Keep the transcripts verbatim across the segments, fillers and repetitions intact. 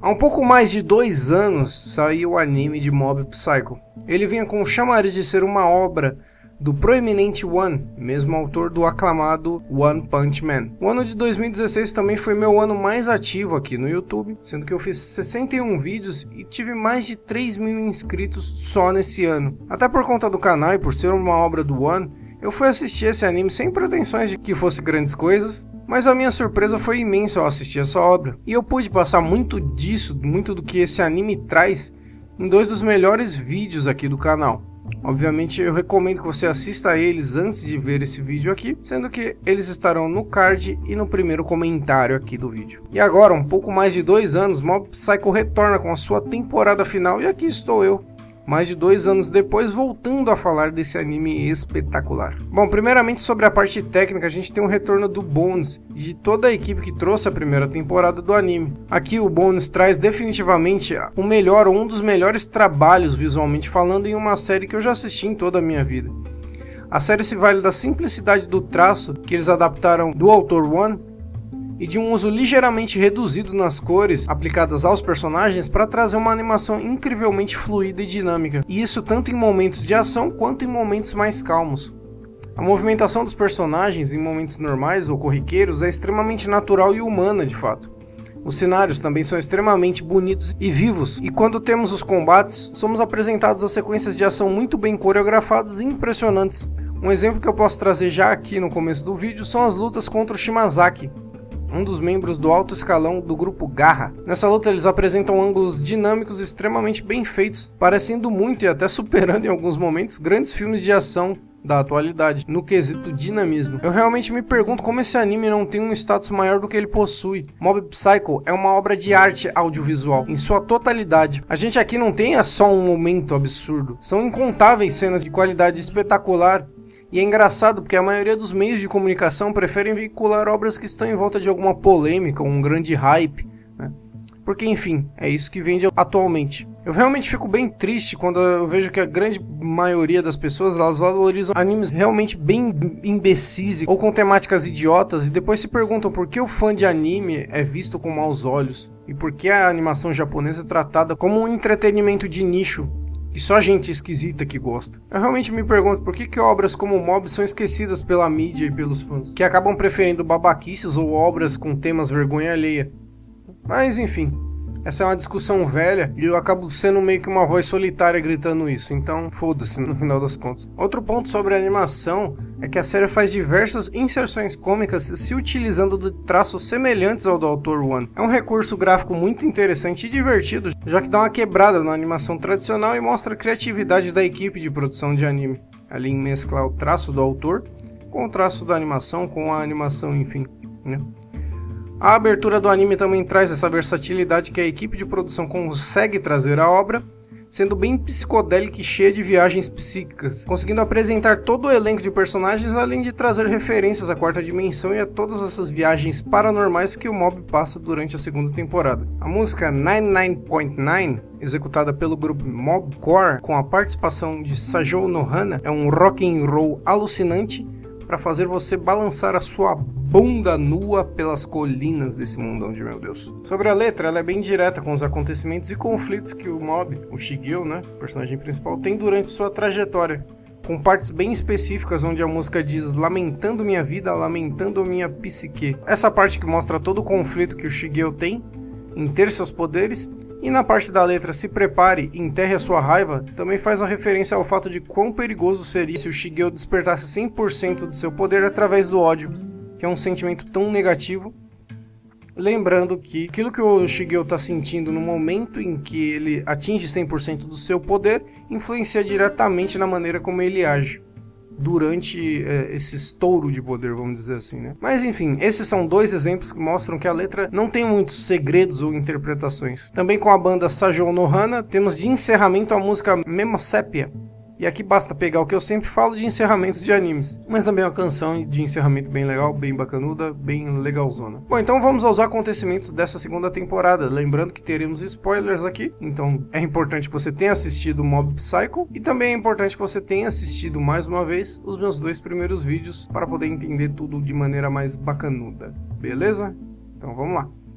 Há um pouco mais de dois anos saiu o anime de Mob Psycho. Ele vinha com o chamariz de ser uma obra do proeminente One, mesmo autor do aclamado One Punch Man. O ano de dois mil e dezesseis também foi meu ano mais ativo aqui no YouTube, sendo que eu fiz sessenta e um vídeos e tive mais de três mil inscritos só nesse ano. Até por conta do canal e por ser uma obra do One, eu fui assistir esse anime sem pretensões de que fosse grandes coisas, mas a minha surpresa foi imensa ao assistir essa obra. E eu pude passar muito disso, muito do que esse anime traz, em dois dos melhores vídeos aqui do canal. Obviamente eu recomendo que você assista a eles antes de ver esse vídeo aqui, sendo que eles estarão no card e no primeiro comentário aqui do vídeo. E agora, um pouco mais de dois anos, Mob Psycho retorna com a sua temporada final e aqui estou eu, mais de dois anos depois, voltando a falar desse anime espetacular. Bom, primeiramente sobre a parte técnica, a gente tem um retorno do Bones e de toda a equipe que trouxe a primeira temporada do anime. Aqui o Bones traz definitivamente o melhor ou um dos melhores trabalhos visualmente falando em uma série que eu já assisti em toda a minha vida. A série se vale da simplicidade do traço que eles adaptaram do autor One e de um uso ligeiramente reduzido nas cores aplicadas aos personagens para trazer uma animação incrivelmente fluida e dinâmica, e isso tanto em momentos de ação quanto em momentos mais calmos. A movimentação dos personagens em momentos normais ou corriqueiros é extremamente natural e humana de fato. Os cenários também são extremamente bonitos e vivos, e quando temos os combates, somos apresentados a sequências de ação muito bem coreografadas e impressionantes. Um exemplo que eu posso trazer já aqui no começo do vídeo são as lutas contra o Shimazaki, um dos membros do alto escalão do grupo Garra. Nessa luta eles apresentam ângulos dinâmicos extremamente bem feitos, parecendo muito e até superando em alguns momentos grandes filmes de ação da atualidade, no quesito dinamismo. Eu realmente me pergunto como esse anime não tem um status maior do que ele possui. Mob Psycho é uma obra de arte audiovisual, em sua totalidade. A gente aqui não tem só um momento absurdo, são incontáveis cenas de qualidade espetacular. E é engraçado porque a maioria dos meios de comunicação preferem veicular obras que estão em volta de alguma polêmica ou um grande hype, né? Porque enfim, é isso que vende atualmente. Eu realmente fico bem triste quando eu vejo que a grande maioria das pessoas elas valorizam animes realmente bem imbecis ou com temáticas idiotas e depois se perguntam por que o fã de anime é visto com maus olhos e por que a animação japonesa é tratada como um entretenimento de nicho que só gente esquisita que gosta. Eu realmente me pergunto por que, que obras como Mob são esquecidas pela mídia e pelos fãs, que acabam preferindo babaquices ou obras com temas vergonha alheia. Mas enfim, essa é uma discussão velha e eu acabo sendo meio que uma voz solitária gritando isso, então foda-se no final das contas. Outro ponto sobre a animação é que a série faz diversas inserções cômicas se utilizando de traços semelhantes ao do autor One. É um recurso gráfico muito interessante e divertido, já que dá uma quebrada na animação tradicional e mostra a criatividade da equipe de produção de anime, ali em mesclar o traço do autor com o traço da animação, com a animação, enfim, né? A abertura do anime também traz essa versatilidade que a equipe de produção consegue trazer à obra, sendo bem psicodélica e cheia de viagens psíquicas, conseguindo apresentar todo o elenco de personagens além de trazer referências à quarta dimensão e a todas essas viagens paranormais que o Mob passa durante a segunda temporada. A música noventa e nove ponto nove, executada pelo grupo Mobcore, com a participação de Sajou Nohana, é um rock and roll alucinante para fazer você balançar a sua bunda nua pelas colinas desse mundão de meu Deus. Sobre a letra, ela é bem direta com os acontecimentos e conflitos que o Mob, o Shigeo, né, o personagem principal, tem durante sua trajetória, com partes bem específicas onde a música diz lamentando minha vida, lamentando minha psique. Essa parte que mostra todo o conflito que o Shigeo tem em ter seus poderes. E na parte da letra se prepare e enterre a sua raiva, também faz uma referência ao fato de quão perigoso seria se o Shigeo despertasse cem por cento do seu poder através do ódio, que é um sentimento tão negativo. Lembrando que aquilo que o Shigeo está sentindo no momento em que ele atinge cem por cento do seu poder, influencia diretamente na maneira como ele age durante é, esse estouro de poder, vamos dizer assim, né? Mas enfim, esses são dois exemplos que mostram que a letra não tem muitos segredos ou interpretações. Também com a banda Sajou Nohana, temos de encerramento a música Memosépia. E aqui basta pegar o que eu sempre falo de encerramentos de animes, mas também é uma canção de encerramento bem legal, bem bacanuda, bem legalzona. Bom, então vamos aos acontecimentos dessa segunda temporada, lembrando que teremos spoilers aqui, então é importante que você tenha assistido Mob Psycho, e também é importante que você tenha assistido mais uma vez os meus dois primeiros vídeos, para poder entender tudo de maneira mais bacanuda, beleza? Então vamos lá.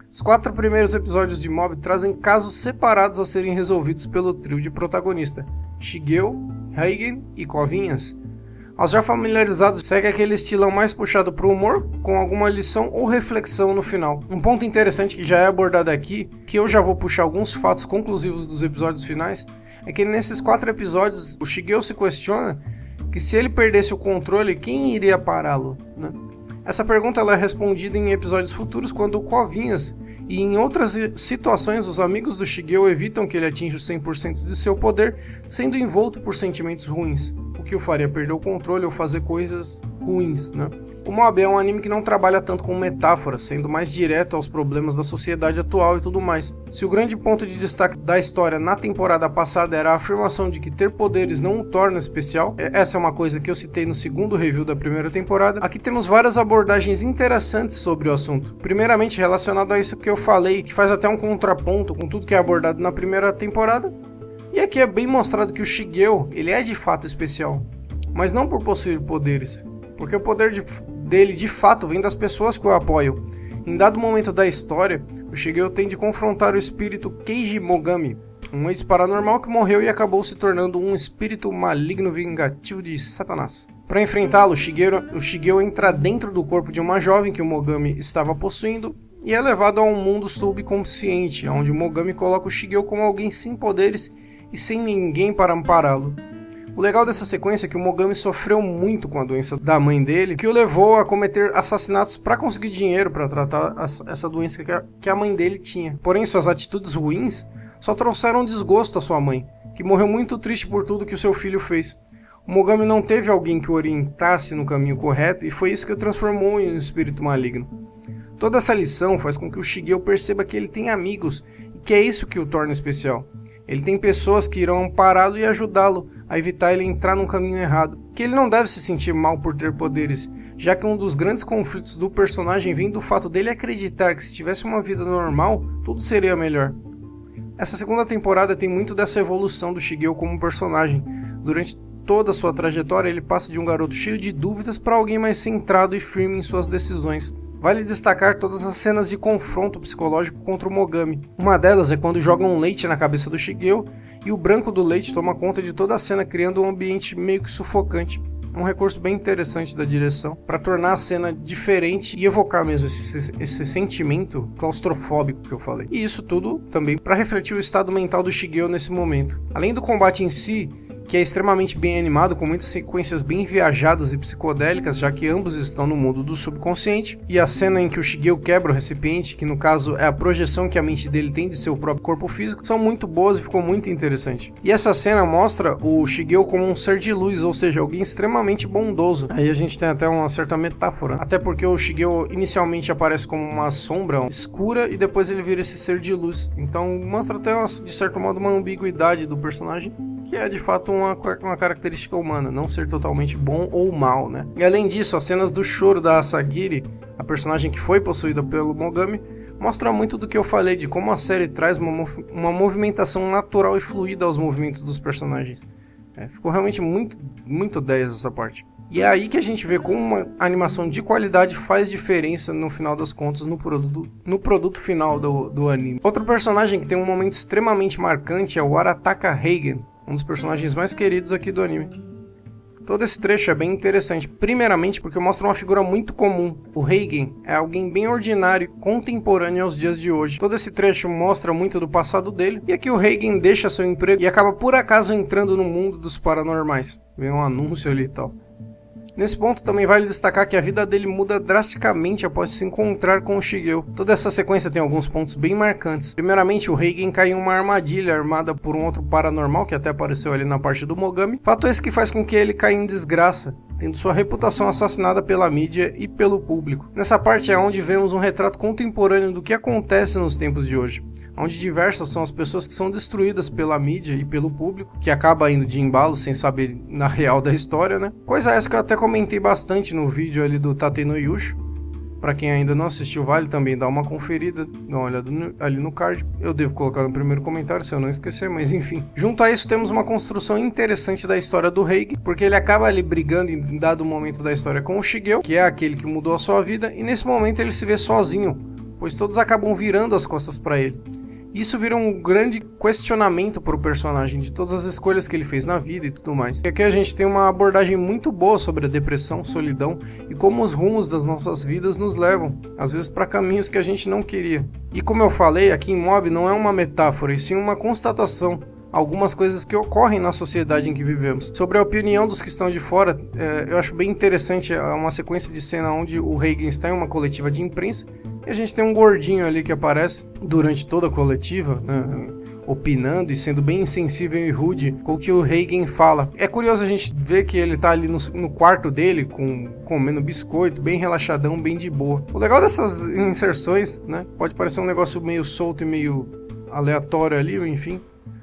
Os quatro primeiros episódios de Mob trazem casos separados a serem resolvidos pelo trio de protagonista, Shigeo, Reigen e Kovinhas. Aos já familiarizados, segue aquele estilão mais puxado para o humor, com alguma lição ou reflexão no final. Um ponto interessante que já é abordado aqui, que eu já vou puxar alguns fatos conclusivos dos episódios finais, é que nesses quatro episódios o Shigeo se questiona que se ele perdesse o controle, quem iria pará-lo, né? Essa pergunta ela é respondida em episódios futuros quando o Kovinhas e em outras situações os amigos do Shigeo evitam que ele atinja os cem por cento de seu poder, sendo envolto por sentimentos ruins, o que o faria perder o controle ou fazer coisas ruins, né? O Mob é um anime que não trabalha tanto com metáforas, sendo mais direto aos problemas da sociedade atual e tudo mais. Se o grande ponto de destaque da história na temporada passada era a afirmação de que ter poderes não o torna especial, essa é uma coisa que eu citei no segundo review da primeira temporada, aqui temos várias abordagens interessantes sobre o assunto. Primeiramente relacionado a isso que eu falei, que faz até um contraponto com tudo que é abordado na primeira temporada, e aqui é bem mostrado que o Shigeo, ele é de fato especial, mas não por possuir poderes, porque o poder de, dele de fato vem das pessoas que o apoiam. Em dado momento da história, o Shigeo tem de confrontar o espírito Keiji Mogami, um ex-paranormal que morreu e acabou se tornando um espírito maligno vingativo de Satanás. Para enfrentá-lo, o Shigeo, o Shigeo entra dentro do corpo de uma jovem que o Mogami estava possuindo e é levado a um mundo subconsciente, onde o Mogami coloca o Shigeo como alguém sem poderes e sem ninguém para ampará-lo. O legal dessa sequência é que o Mogami sofreu muito com a doença da mãe dele, que o levou a cometer assassinatos para conseguir dinheiro para tratar essa doença que a mãe dele tinha. Porém, suas atitudes ruins só trouxeram desgosto à sua mãe, que morreu muito triste por tudo que o seu filho fez. O Mogami não teve alguém que o orientasse no caminho correto e foi isso que o transformou em um espírito maligno. Toda essa lição faz com que o Shigeo perceba que ele tem amigos e que é isso que o torna especial. Ele tem pessoas que irão ampará-lo e ajudá-lo a evitar ele entrar num caminho errado. Que ele não deve se sentir mal por ter poderes, já que um dos grandes conflitos do personagem vem do fato dele acreditar que se tivesse uma vida normal, tudo seria melhor. Essa segunda temporada tem muito dessa evolução do Shigeo como personagem. Durante toda a sua trajetória, ele passa de um garoto cheio de dúvidas para alguém mais centrado e firme em suas decisões. Vale destacar todas as cenas de confronto psicológico contra o Mogami. Uma delas é quando jogam leite na cabeça do Shigeo e o branco do leite toma conta de toda a cena, criando um ambiente meio que sufocante. É um recurso bem interessante da direção para tornar a cena diferente e evocar mesmo esse, esse sentimento claustrofóbico que eu falei. E isso tudo também para refletir o estado mental do Shigeo nesse momento. Além do combate em si, que é extremamente bem animado, com muitas sequências bem viajadas e psicodélicas, já que ambos estão no mundo do subconsciente, e a cena em que o Shigeo quebra o recipiente, que no caso é a projeção que a mente dele tem de seu próprio corpo físico, são muito boas e ficou muito interessante. E essa cena mostra o Shigeo como um ser de luz, ou seja, alguém extremamente bondoso. Aí a gente tem até uma certa metáfora, até porque o Shigeo inicialmente aparece como uma sombra escura e depois ele vira esse ser de luz. Então mostra até, uma, de certo modo, uma ambiguidade do personagem, que é de fato uma, uma característica humana, não ser totalmente bom ou mal, né? E além disso, as cenas do choro da Asagiri, a personagem que foi possuída pelo Mogami, mostra muito do que eu falei, de como a série traz uma, uma movimentação natural e fluida aos movimentos dos personagens. É, ficou realmente muito, muito dez essa parte. E é aí que a gente vê como uma animação de qualidade faz diferença no final das contas no produto, no produto final do, do anime. Outro personagem que tem um momento extremamente marcante é o Arataka Reigen, um dos personagens mais queridos aqui do anime. Todo esse trecho é bem interessante, primeiramente porque mostra uma figura muito comum. O Reigen é alguém bem ordinário e contemporâneo aos dias de hoje. Todo esse trecho mostra muito do passado dele, e aqui o Reigen deixa seu emprego e acaba por acaso entrando no mundo dos paranormais. Vem um anúncio ali e tal. Nesse ponto também vale destacar que a vida dele muda drasticamente após se encontrar com o Shigeo. Toda essa sequência tem alguns pontos bem marcantes. Primeiramente, o Reigen cai em uma armadilha armada por um outro paranormal que até apareceu ali na parte do Mogami. Fato esse que faz com que ele caia em desgraça, tendo sua reputação assassinada pela mídia e pelo público. Nessa parte é onde vemos um retrato contemporâneo do que acontece nos tempos de hoje, onde diversas são as pessoas que são destruídas pela mídia e pelo público, que acaba indo de embalo sem saber na real da história, né? Coisa essa que eu até comentei bastante no vídeo ali do Tate no Yusho. Pra quem ainda não assistiu, vale também dar uma conferida, dá uma olhada no, ali no card. Eu devo colocar no primeiro comentário se eu não esquecer, mas enfim. Junto a isso temos uma construção interessante da história do Reigen, porque ele acaba ali brigando em dado momento da história com o Shigeo, que é aquele que mudou a sua vida, e nesse momento ele se vê sozinho, pois todos acabam virando as costas para ele. Isso vira um grande questionamento para o personagem, de todas as escolhas que ele fez na vida e tudo mais. E aqui a gente tem uma abordagem muito boa sobre a depressão, solidão e como os rumos das nossas vidas nos levam, às vezes para caminhos que a gente não queria. E como eu falei, aqui em Mob não é uma metáfora, e sim uma constatação. Algumas coisas que ocorrem na sociedade em que vivemos. Sobre a opinião dos que estão de fora, é, eu acho bem interessante uma sequência de cena onde o Reagan está em uma coletiva de imprensa e a gente tem um gordinho ali que aparece durante toda a coletiva, né, opinando e sendo bem insensível e rude com o que o Reagan fala. É curioso a gente ver que ele tá ali no, no quarto dele, com, comendo biscoito, bem relaxadão, bem de boa. O legal dessas inserções, né, pode parecer um negócio meio solto e meio aleatório ali, enfim,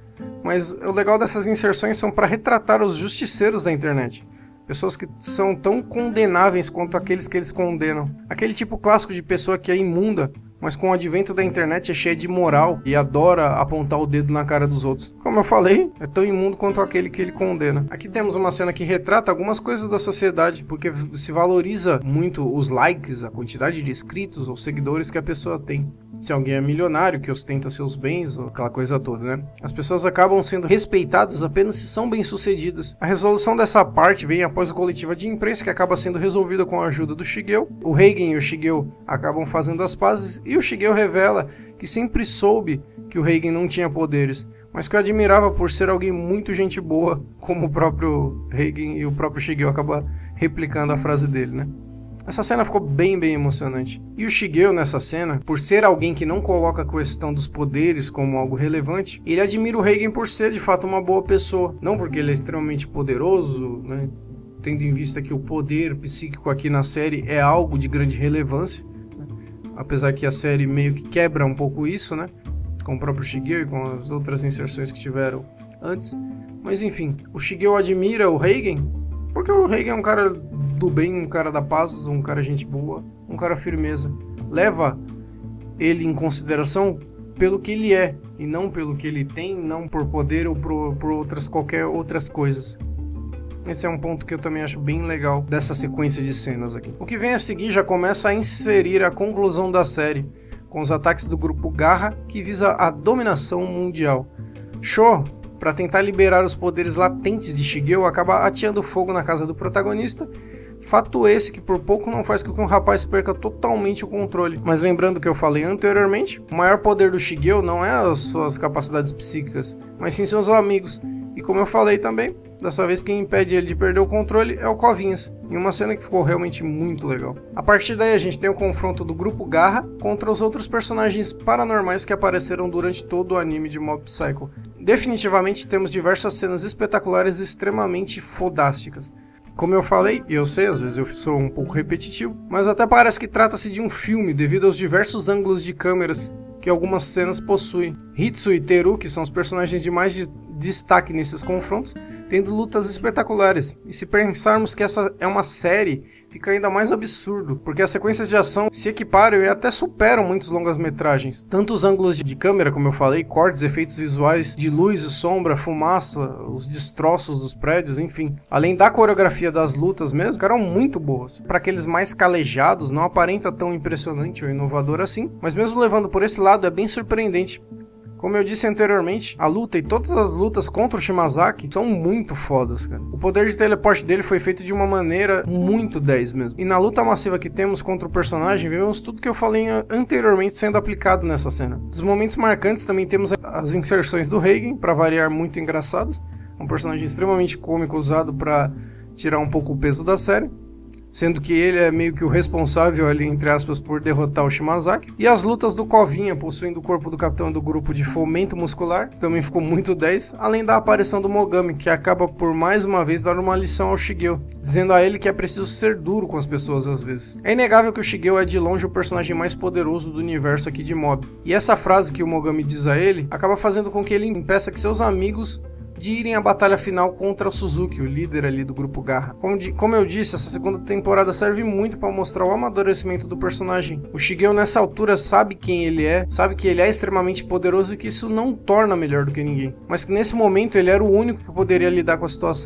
mas o legal dessas inserções são para retratar os justiceiros da internet. Pessoas que são tão condenáveis quanto aqueles que eles condenam. Aquele tipo clássico de pessoa que é imunda, mas com o advento da internet é cheia de moral e adora apontar o dedo na cara dos outros. Como eu falei, é tão imundo quanto aquele que ele condena. Aqui temos uma cena que retrata algumas coisas da sociedade, porque se valoriza muito os likes, a quantidade de inscritos ou seguidores que a pessoa tem. Se alguém é milionário, que ostenta seus bens, ou aquela coisa toda, né? As pessoas acabam sendo respeitadas apenas se são bem-sucedidas. A resolução dessa parte vem após a coletiva de imprensa, que acaba sendo resolvida com a ajuda do Shigeo. O Reagan e o Shigeo acabam fazendo as pazes, e o Shigeo revela que sempre soube que o Reagan não tinha poderes, mas que o admirava por ser alguém muito gente boa, como o próprio Reagan e o próprio Shigeo acabam replicando a frase dele, né? Essa cena ficou bem, bem emocionante. E o Shigeo nessa cena, por ser alguém que não coloca a questão dos poderes como algo relevante, ele admira o Reagan por ser de fato uma boa pessoa. Não porque ele é extremamente poderoso, né? Tendo em vista que o poder psíquico aqui na série é algo de grande relevância, né? Apesar que a série meio que quebra um pouco isso, né? Com o próprio Shigeo e com as outras inserções que tiveram antes. Mas enfim, o Shigeo admira o Reagan porque o Reagan é um cara do bem, um cara da paz, um cara gente boa, um cara firmeza. Leva ele em consideração pelo que ele é, e não pelo que ele tem, não por poder ou por, por outras, qualquer outras coisas. Esse é um ponto que eu também acho bem legal dessa sequência de cenas aqui. O que vem a seguir já começa a inserir a conclusão da série, com os ataques do grupo Garra, que visa a dominação mundial. Sho, para tentar liberar os poderes latentes de Shigeo, acaba ateando fogo na casa do protagonista. Fato esse que por pouco não faz com que um rapaz perca totalmente o controle. Mas lembrando que eu falei anteriormente, o maior poder do Shigeo não é as suas capacidades psíquicas, mas sim seus amigos. E como eu falei também, dessa vez quem impede ele de perder o controle é o Covinhas, em uma cena que ficou realmente muito legal. A partir daí a gente tem o confronto do grupo Garra contra os outros personagens paranormais que apareceram durante todo o anime de Mob Psycho. Definitivamente temos diversas cenas espetaculares e extremamente fodásticas. Como eu falei, e eu sei, às vezes eu sou um pouco repetitivo, mas até parece que trata-se de um filme devido aos diversos ângulos de câmeras que algumas cenas possuem. Hitsu e Teru, que são os personagens de mais de destaque nesses confrontos, tendo lutas espetaculares. E se pensarmos que essa é uma série, fica ainda mais absurdo, porque as sequências de ação se equiparam e até superam muitas longas-metragens. Tanto os ângulos de câmera, como eu falei, cortes, efeitos visuais de luz e sombra, fumaça, os destroços dos prédios, enfim. Além da coreografia das lutas mesmo, ficaram muito boas. Para aqueles mais calejados, não aparenta tão impressionante ou inovador assim, mas mesmo levando por esse lado, é bem surpreendente. Como eu disse anteriormente, a luta e todas as lutas contra o Shimazaki são muito fodas, cara. O poder de teleporte dele foi feito de uma maneira muito dez mesmo. E na luta massiva que temos contra o personagem, vemos tudo que eu falei anteriormente sendo aplicado nessa cena. Dos momentos marcantes também temos as inserções do Reagan, para variar, muito engraçadas. Um personagem extremamente cômico usado para tirar um pouco o peso da série, sendo que ele é meio que o responsável ali, entre aspas, por derrotar o Shimazaki. E as lutas do Kovinha, possuindo o corpo do capitão do grupo de fomento muscular, que também ficou muito dez, além da aparição do Mogami, que acaba por mais uma vez dar uma lição ao Shigeo, dizendo a ele que é preciso ser duro com as pessoas às vezes. É inegável que o Shigeo é de longe o personagem mais poderoso do universo aqui de Mob, e essa frase que o Mogami diz a ele, acaba fazendo com que ele impeça que seus amigos de irem à batalha final contra o Suzuki, o líder ali do grupo Garra. Como, de, como eu disse, essa segunda temporada serve muito para mostrar o amadurecimento do personagem. O Shigeo nessa altura sabe quem ele é, sabe que ele é extremamente poderoso e que isso não o torna melhor do que ninguém, mas que nesse momento ele era o único que poderia lidar com a situação.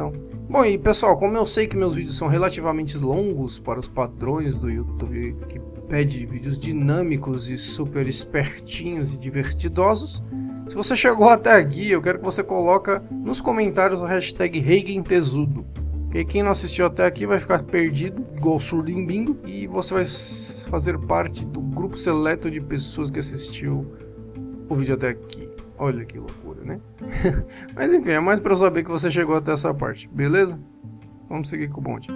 Bom, e pessoal, como eu sei que meus vídeos são relativamente longos para os padrões do YouTube, que pede vídeos dinâmicos e super espertinhos e divertidosos, se você chegou até aqui, eu quero que você coloque nos comentários a hashtag ReigenTesudo. Porque quem não assistiu até aqui vai ficar perdido, igual surdo em bingo, e você vai fazer parte do grupo seleto de pessoas que assistiu o vídeo até aqui. Olha que loucura, né? Mas enfim, é mais para eu saber que você chegou até essa parte, beleza? Vamos seguir com o bonde.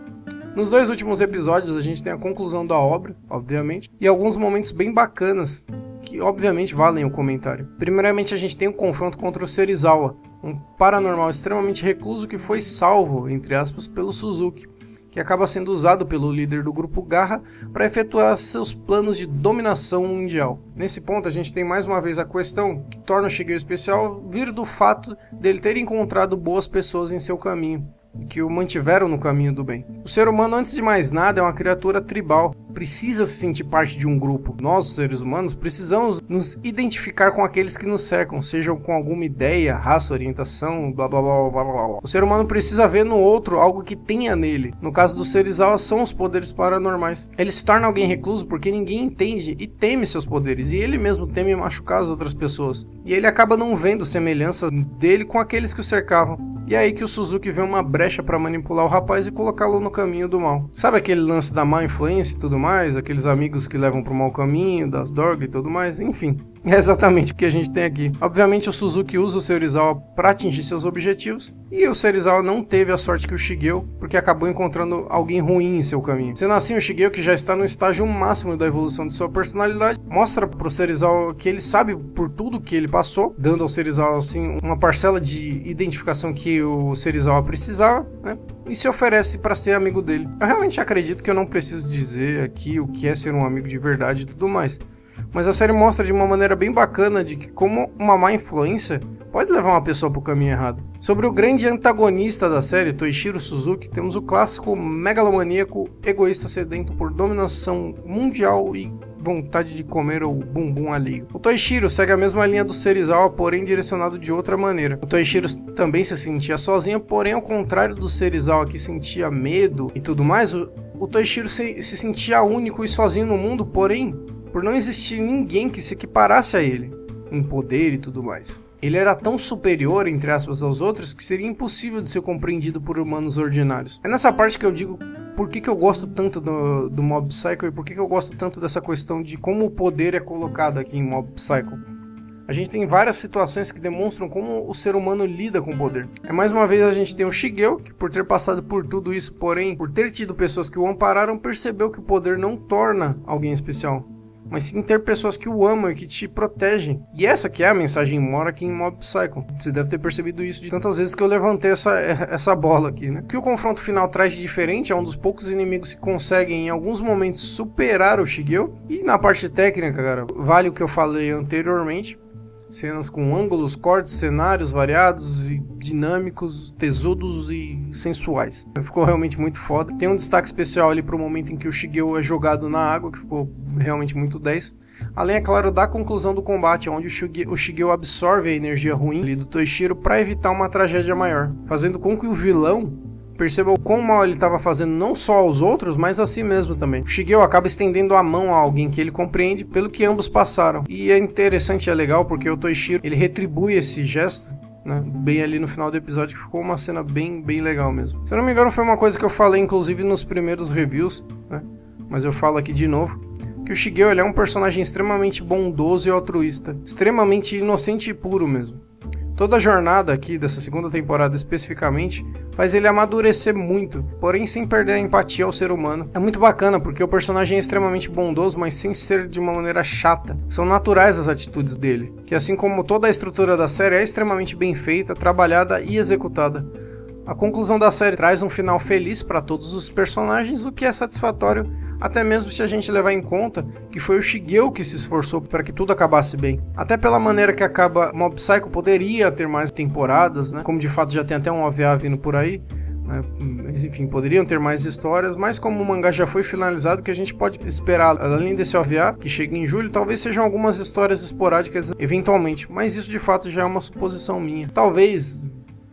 Nos dois últimos episódios a gente tem a conclusão da obra, obviamente, e alguns momentos bem bacanas, que obviamente valem o comentário. Primeiramente a gente tem um confronto contra o Serizawa, um paranormal extremamente recluso que foi salvo, entre aspas, pelo Suzuki, que acaba sendo usado pelo líder do grupo Garra para efetuar seus planos de dominação mundial. Nesse ponto a gente tem mais uma vez a questão que torna o Shigeo especial vir do fato dele ter encontrado boas pessoas em seu caminho, que o mantiveram no caminho do bem. O ser humano, antes de mais nada, é uma criatura tribal, precisa se sentir parte de um grupo. Nós, os seres humanos, precisamos nos identificar com aqueles que nos cercam, sejam com alguma ideia, raça, orientação, blá blá blá blá blá blá. O ser humano precisa ver no outro algo que tenha nele. No caso do Serizawa, são os poderes paranormais. Ele se torna alguém recluso porque ninguém entende e teme seus poderes, e ele mesmo teme machucar as outras pessoas. E ele acaba não vendo semelhanças dele com aqueles que o cercavam. E é aí que o Suzuki vê uma brecha para manipular o rapaz e colocá-lo no caminho do mal. Sabe aquele lance da má influência e tudo mais? Aqueles amigos que levam para o mau caminho, das dorgas e tudo mais? Enfim, é exatamente o que a gente tem aqui. Obviamente o Suzuki usa o Serizawa para atingir seus objetivos, e o Serizawa não teve a sorte que o Shigeo, porque acabou encontrando alguém ruim em seu caminho. Sendo assim, o Shigeo, que já está no estágio máximo da evolução de sua personalidade, mostra para o Serizawa que ele sabe por tudo que ele passou, dando ao Serizawa assim uma parcela de identificação que o Serizawa precisava, né? E se oferece para ser amigo dele. Eu realmente acredito que eu não preciso dizer aqui o que é ser um amigo de verdade e tudo mais. Mas a série mostra de uma maneira bem bacana de que como uma má influência pode levar uma pessoa para o caminho errado. Sobre o grande antagonista da série, Toichiro Suzuki, temos o clássico megalomaníaco egoísta sedento por dominação mundial e vontade de comer o bumbum alheio. O Toichiro segue a mesma linha do Serizawa, porém direcionado de outra maneira. O Toichiro também se sentia sozinho, porém ao contrário do Serizawa que sentia medo e tudo mais, o, o Toichiro se, se sentia único e sozinho no mundo, porém por não existir ninguém que se equiparasse a ele em poder e tudo mais. Ele era tão superior, entre aspas, aos outros que seria impossível de ser compreendido por humanos ordinários. É nessa parte que eu digo por que, que eu gosto tanto do, do Mob Psycho e por que, que eu gosto tanto dessa questão de como o poder é colocado aqui em Mob Psycho. A gente tem várias situações que demonstram como o ser humano lida com o poder. É mais uma vez a gente tem o Shigeo, que por ter passado por tudo isso, porém, por ter tido pessoas que o ampararam, percebeu que o poder não torna alguém especial, mas sim ter pessoas que o amam e que te protegem. E essa que é a mensagem mora aqui em Mob Psycho. Você deve ter percebido isso de tantas vezes que eu levantei essa, essa bola aqui, né? O que o confronto final traz de diferente é um dos poucos inimigos que conseguem em alguns momentos superar o Shigeo. E na parte técnica, cara, vale o que eu falei anteriormente. Cenas com ângulos, cortes, cenários variados e dinâmicos, tesudos e sensuais. Ficou realmente muito foda. Tem um destaque especial ali pro momento em que o Shigeo é jogado na água, que ficou realmente muito dez. Além, é claro, da conclusão do combate, onde o Shigeo, o Shigeo absorve a energia ruim ali do Toichiro para evitar uma tragédia maior, fazendo com que o vilão perceba o quão mal ele estava fazendo não só aos outros, mas a si mesmo também. O Shigeo acaba estendendo a mão a alguém que ele compreende pelo que ambos passaram. E é interessante e é legal porque o Toichiro, ele retribui esse gesto, né, bem ali no final do episódio, que ficou uma cena bem, bem legal mesmo. Se eu não me engano, foi uma coisa que eu falei inclusive nos primeiros reviews, né, mas eu falo aqui de novo, que o Shigeo, ele é um personagem extremamente bondoso e altruísta, extremamente inocente e puro mesmo. Toda a jornada aqui dessa segunda temporada especificamente faz ele amadurecer muito, porém sem perder a empatia ao ser humano. É muito bacana porque o personagem é extremamente bondoso, mas sem ser de uma maneira chata. São naturais as atitudes dele, que assim como toda a estrutura da série é extremamente bem feita, trabalhada e executada. A conclusão da série traz um final feliz para todos os personagens, o que é satisfatório, até mesmo se a gente levar em conta que foi o Shigeo que se esforçou para que tudo acabasse bem. Até pela maneira que acaba, Mob Psycho poderia ter mais temporadas, né? Como de fato já tem até um O V A vindo por aí, né? Mas enfim, poderiam ter mais histórias, mas como o mangá já foi finalizado, que a gente pode esperar, além desse O V A, que chega em julho, talvez sejam algumas histórias esporádicas eventualmente, mas isso de fato já é uma suposição minha. Talvez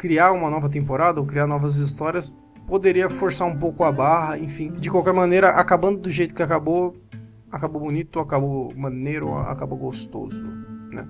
criar uma nova temporada ou criar novas histórias poderia forçar um pouco a barra, enfim. De qualquer maneira, acabando do jeito que acabou, acabou bonito, acabou maneiro, acabou gostoso, né?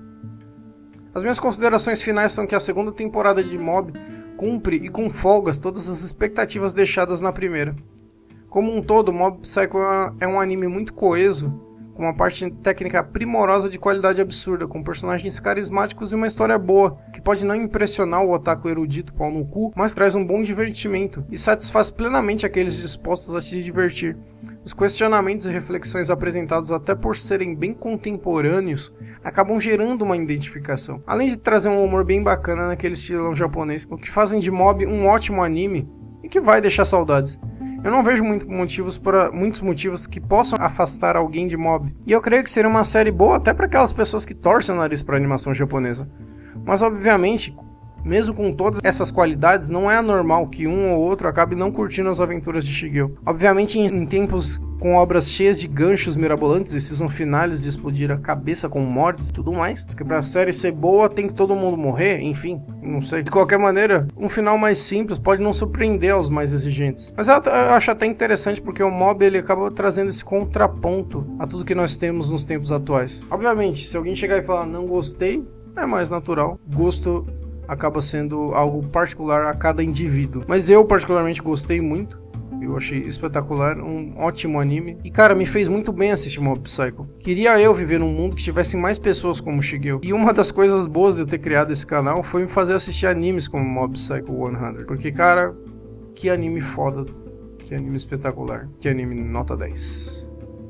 As minhas considerações finais são que a segunda temporada de Mob cumpre e com folgas todas as expectativas deixadas na primeira. Como um todo, Mob Psycho é um anime muito coeso, com uma parte técnica primorosa de qualidade absurda, com personagens carismáticos e uma história boa, que pode não impressionar o otaku erudito pau no cu, mas traz um bom divertimento e satisfaz plenamente aqueles dispostos a se divertir. Os questionamentos e reflexões apresentados, até por serem bem contemporâneos, acabam gerando uma identificação, além de trazer um humor bem bacana naquele estilão japonês, o que fazem de Mob um ótimo anime e que vai deixar saudades. Eu não vejo muito motivos pra, muitos motivos que possam afastar alguém de Mob. E eu creio que seria uma série boa até para aquelas pessoas que torcem o nariz para animação japonesa. Mas obviamente, mesmo com todas essas qualidades, não é anormal que um ou outro acabe não curtindo as aventuras de Shigeo. Obviamente, em, em tempos com obras cheias de ganchos mirabolantes e season finales de explodir a cabeça com mortes e tudo mais, que pra série ser boa tem que todo mundo morrer, enfim, não sei. De qualquer maneira, um final mais simples pode não surpreender aos mais exigentes. Mas eu, eu acho até interessante porque o Mob ele acaba trazendo esse contraponto a tudo que nós temos nos tempos atuais. Obviamente, se alguém chegar e falar não gostei, é mais natural. Gosto acaba sendo algo particular a cada indivíduo. Mas eu particularmente gostei muito. Eu achei espetacular, um ótimo anime. E cara, me fez muito bem assistir Mob Psycho. Queria eu viver num mundo que tivesse mais pessoas como Shigeo. E uma das coisas boas de eu ter criado esse canal foi me fazer assistir animes como Mob Psycho cem. Porque cara, que anime foda. Que anime espetacular. Que anime nota dez.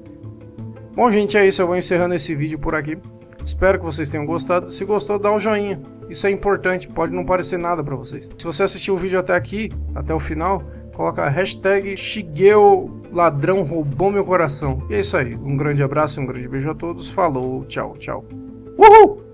Bom gente, é isso. Eu vou encerrando esse vídeo por aqui. Espero que vocês tenham gostado. Se gostou, dá um joinha. Isso é importante, pode não parecer nada pra vocês. Se você assistiu o vídeo até aqui, até o final, coloca a hashtag Shigeo Ladrão Roubou Meu Coração. E é isso aí. Um grande abraço e um grande beijo a todos. Falou, tchau, tchau. Uhul!